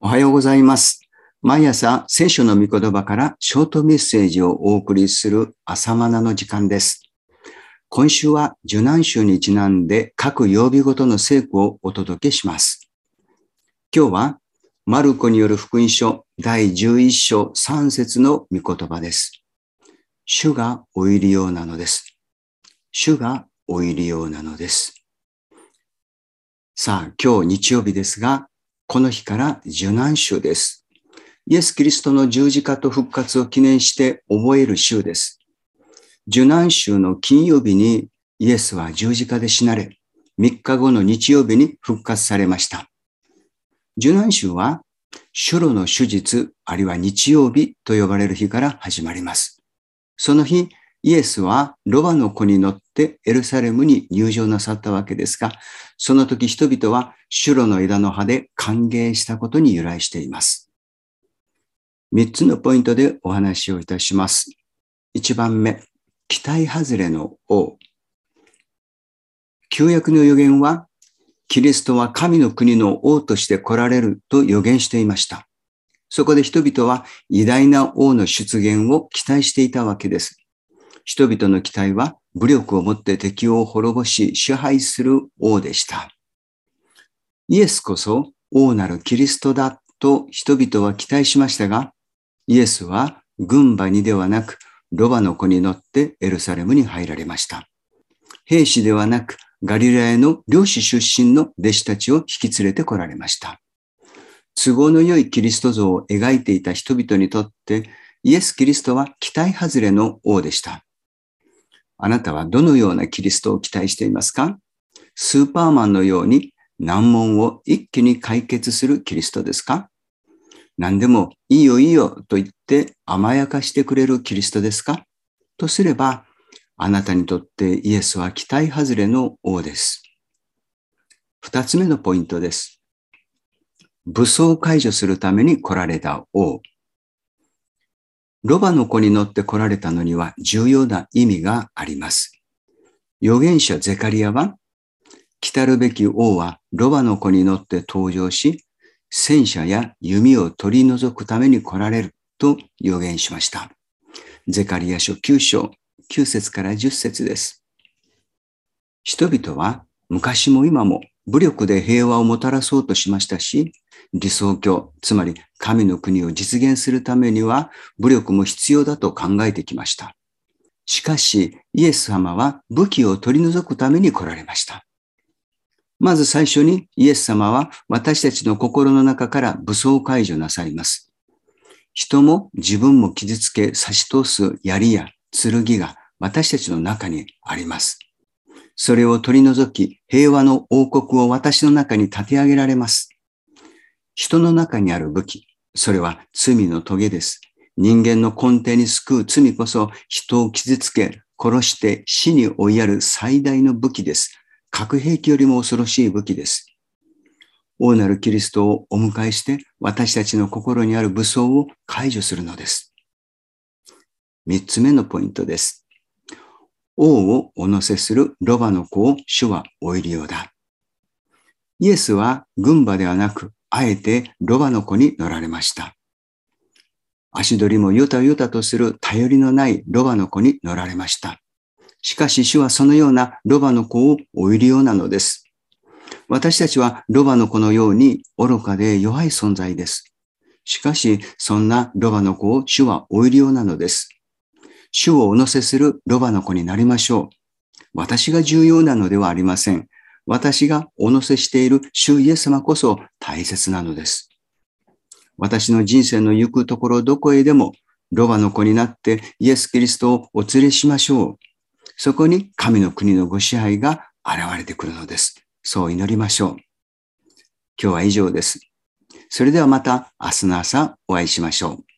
おはようございます。毎朝聖書の御言葉からショートメッセージをお送りする朝マナの時間です。今週は受難週にちなんで各曜日ごとの聖句をお届けします。今日はマルコによる福音書第11章3節の御言葉です。主がお入りようなのです。主がお入りようなのです。さあ、今日日曜日ですが、この日から受難週です。イエス・キリストの十字架と復活を記念して覚える週です。受難週の金曜日にイエスは十字架で死なれ、3日後の日曜日に復活されました。受難週は、主路の手術、あるいは日曜日と呼ばれる日から始まります。その日、イエスはロバの子に乗ってエルサレムに入場なさったわけですが、その時人々はシュロの枝の葉で歓迎したことに由来しています。3つのポイントでお話をいたします。1番目、期待外れの王。旧約の預言は、キリストは神の国の王として来られると預言していました。そこで人々は偉大な王の出現を期待していたわけです。人々の期待は武力をもって敵を滅ぼし支配する王でした。イエスこそ王なるキリストだと人々は期待しましたが、イエスは軍馬にではなくロバの子に乗ってエルサレムに入られました。兵士ではなくガリラヤの漁師出身の弟子たちを引き連れて来られました。都合の良いキリスト像を描いていた人々にとってイエス・キリストは期待外れの王でした。あなたはどのようなキリストを期待していますか？スーパーマンのように難問を一気に解決するキリストですか？何でもいいよいいよと言って甘やかしてくれるキリストですか？とすれば、あなたにとってイエスは期待外れの王です。2つ目のポイントです。武装を解除するために来られた王。ロバの子に乗って来られたのには重要な意味があります。預言者ゼカリアは、来たるべき王はロバの子に乗って登場し、戦車や弓を取り除くために来られると預言しました。ゼカリア書9章9節から10節です。人々は昔も今も武力で平和をもたらそうとしましたし、理想郷、つまり神の国を実現するためには武力も必要だと考えてきました。しかし、イエス様は武器を取り除くために来られました。まず最初にイエス様は私たちの心の中から武装解除なさいます。人も自分も傷つけ差し通す槍や剣が私たちの中にあります。それを取り除き、平和の王国を私の中に立て上げられます。人の中にある武器、それは罪の棘です。人間の根底に救う罪こそ人を傷つけ、殺して死に追いやる最大の武器です。核兵器よりも恐ろしい武器です。王なるキリストをお迎えして私たちの心にある武装を解除するのです。3つ目のポイントです。王をお乗せするロバの子を主はお入りようだ。イエスは軍馬ではなく、あえてロバの子に乗られました。足取りもよたよたとする頼りのないロバの子に乗られました。しかし主はそのようなロバの子をお入りようなのです。私たちはロバの子のように愚かで弱い存在です。しかしそんなロバの子を主はお入りようなのです。主をお乗せするロバの子になりましょう。私が重要なのではありません。私がお乗せしている主イエス様こそ大切なのです。私の人生の行くところどこへでもロバの子になってイエス・キリストをお連れしましょう。そこに神の国のご支配が現れてくるのです。そう祈りましょう。今日は以上です。それではまた明日の朝お会いしましょう。